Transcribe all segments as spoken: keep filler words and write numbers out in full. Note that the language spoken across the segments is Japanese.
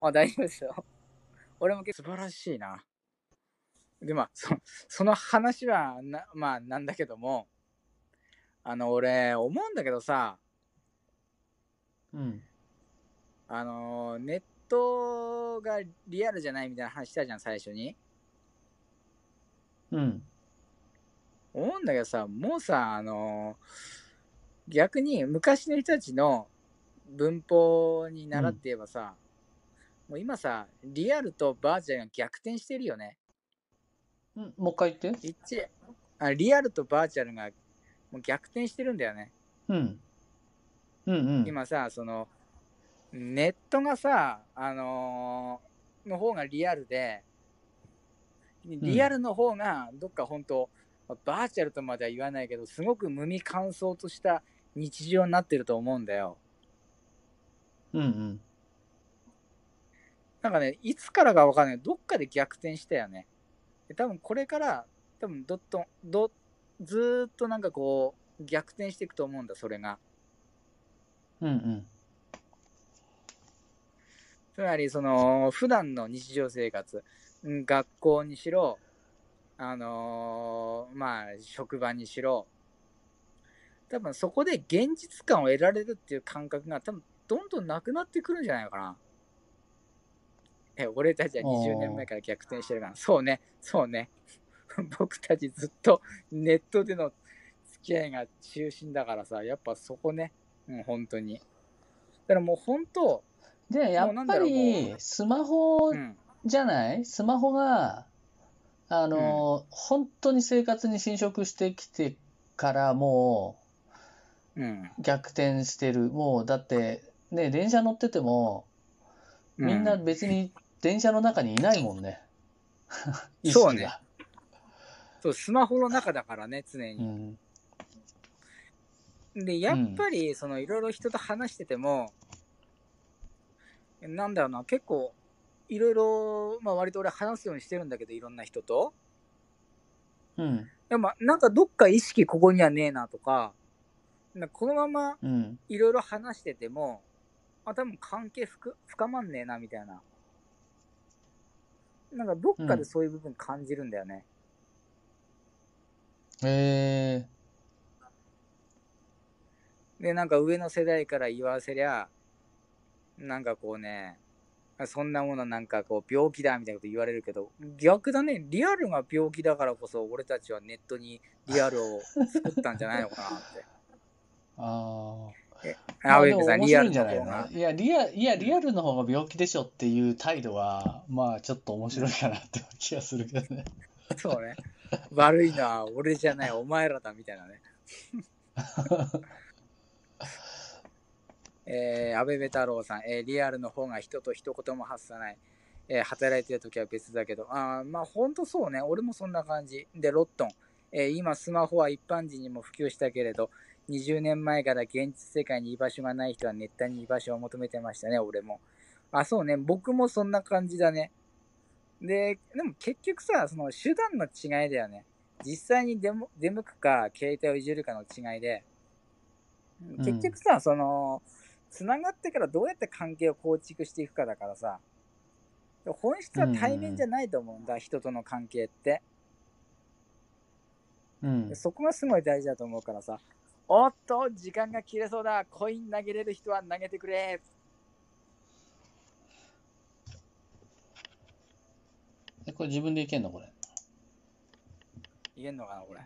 あ、大丈夫ですよ。俺も結構素晴らしいな。で、まあ、そその話はな、まあ、なんだけども、あの、俺、思うんだけどさ、 うん。 あの、ネットがリアルじゃないみたいな話したじゃん、最初に。 うん。 思うんだけどさ、もうさ、あの、逆に昔の人たちの文法に習ってうん。 言えばさ、もう今さ、リアルとバーチャルが逆転してるよね。 うんもう一回言って。 一あリアルとバーチャルがもう逆転してるんだよね。 うん。うんうん。 今さ、その、ネットがさ、あのーの方がリアルで、リアうん。 ルの方がどっか本当、バーチャルとまでは言わないけど、すごく無味乾燥とした日常になってると思うんだよ。 うんうん。 なんかね、いつからかわかんない。どっかで逆転したよね。で多分これから、多分どっと、ど、ずーっとなんかこう、逆転していくと思うんだ、それが。 うんうん。 つまり、その、普段の日常生活、うん学校にしろ、あのーまあ、職場にしろ、多分そこで現実感を得られるっていう感覚が多分どんどんなくなってくるんじゃないかな。え、俺たちはあにじゅうねんまえあ。 から逆転してるから。そうね、そうね。僕たちずっとネットでの付き合いが中心だからさ、やっぱそこね、うん、本当に。だからもう本当、 で、やもうなんっぱだろう、もり、スマホう、うん、 じゃないスマホが、あうん、 の、本当に生活に侵食してきてからもうん、 う逆転してる。もう、だって、ね、電車乗ってても、みんなうん。 別に電車の中にいないもんね。意そうね。 識が。 そう、スマホの中だからね、常に。 うん。 で、やっうん。 ぱり、その、いろいろ人と話してても、なんだろうな、結構、いろいろ、まあ割と俺話すようにしてるんだけど、いろんな人と。 うん。 でも、なんかどっか意識ここにはねえなとか、なんかこのままうん。 いろいろ話してても、あ、多分関係深深まんねえな、みたいな。なんかどっうん。 かでそういう部分感じるんだよね。 ええで、なんか上の世代から言わせりゃ、なんかこうね、そんなものなんかこう病気だみたいなこと言われるけど、逆だね。リアルが病気だからこそ俺たちはネットにリアルを作ったんじゃないのかなって。 ああ。 え、 まあでアウェブさん、リアルも面白いんじゃないの？ の方が、 いや、リア、いや、 うん、 リアルの方が病気でしょっていう態度は、まあちょっと面うん、 白いかなって気がするけどね。 そうね。悪いのは俺じゃない、お前らだみたいなね。えー、安倍ベ太郎さん、えー、リアルの方が人と一言も発さない。えー、働いてる時は別だけど、あまあ本当そうね。俺もそんな感じ。で、ロットン、えー、今スマホは一般人にも普及したけれど、にじゅうねんまえから現実世界に居場所がない人はネットに居場所を求めてましたね、俺も。あ、そうね。僕もそんな感じだね。で、でも結局さ、その手段の違いだよね。実際に出も出向くか、携帯をいじるかの違いで、 うん。 結局さ、その、つながってからどうやって関係を構築していくかだからさ、本質うんうは対面じんゃないと思うんだ、人との関係って。 うん。うん。 そこがすごい大事だと思うからさ、おっと、時間が切れそうだ、コイン投げれる人は投げてくれ。 え、これ自分でいけんのこれ？ 言えんのかな、これ。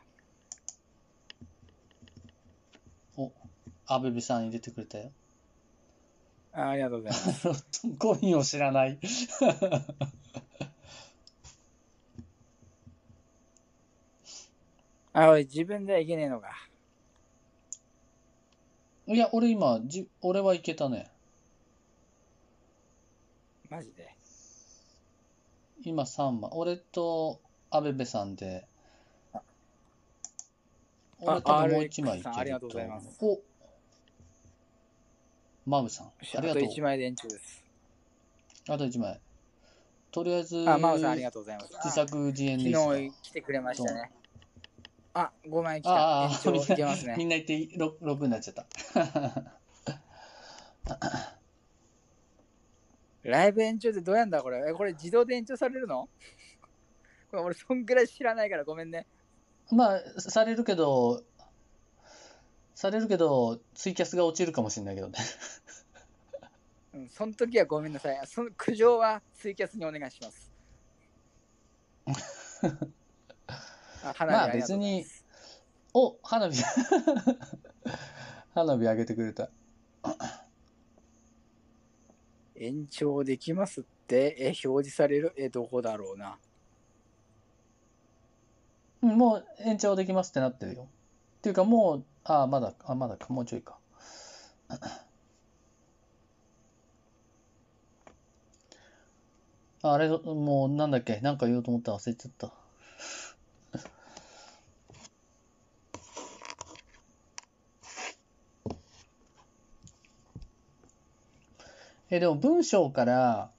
お、アベベさん入れてくれたよ。 あ、ありがとうございます。 コインを知らない。 あ、おい、自分ではいけねえのか。 いや、俺今、じ、俺はいけたね。 マジで。 今さんまい。俺とアベベさんで、 あ、 俺多分もういちまアールエックスいいさん、ありがとうごけるとざいます。 思う。お、マブさん、 よし、あと1 ありがと枚で延長です。 う。あといちまい。とりあえあ、マオさん、ありず、 がとうございます。 自あ、 作自演でいい昨ですか？ 日来てくれましドン。 たね。あ、ごまい来た。延ああ、みん長いな、 けますね。 みんな言ってろろくになっちゃった。 ライブ延長ってどうやんだこれ。え、これ自動で延長されるの？これ俺そんぐらい知らないからごめんね。 まあ、されるけど、されるけど、ツイキャスが落ちるかもしれないけどね。 うん、その時はごめんなさい。その苦情はツイキャスにお願いします。あ、花まあ火ありがとうございま別に、 す。 お、花火、花火上げてくれた。 延長できますって、え、表示される、え、どこだろうな。 うん、もう延長できますってなってるよ。っていうかもう、あ、まだ、あ、まだか、もうちょいか。あれ、もうなんだっけ、なんか言おうと思ったら忘れちゃった。え、でも文章から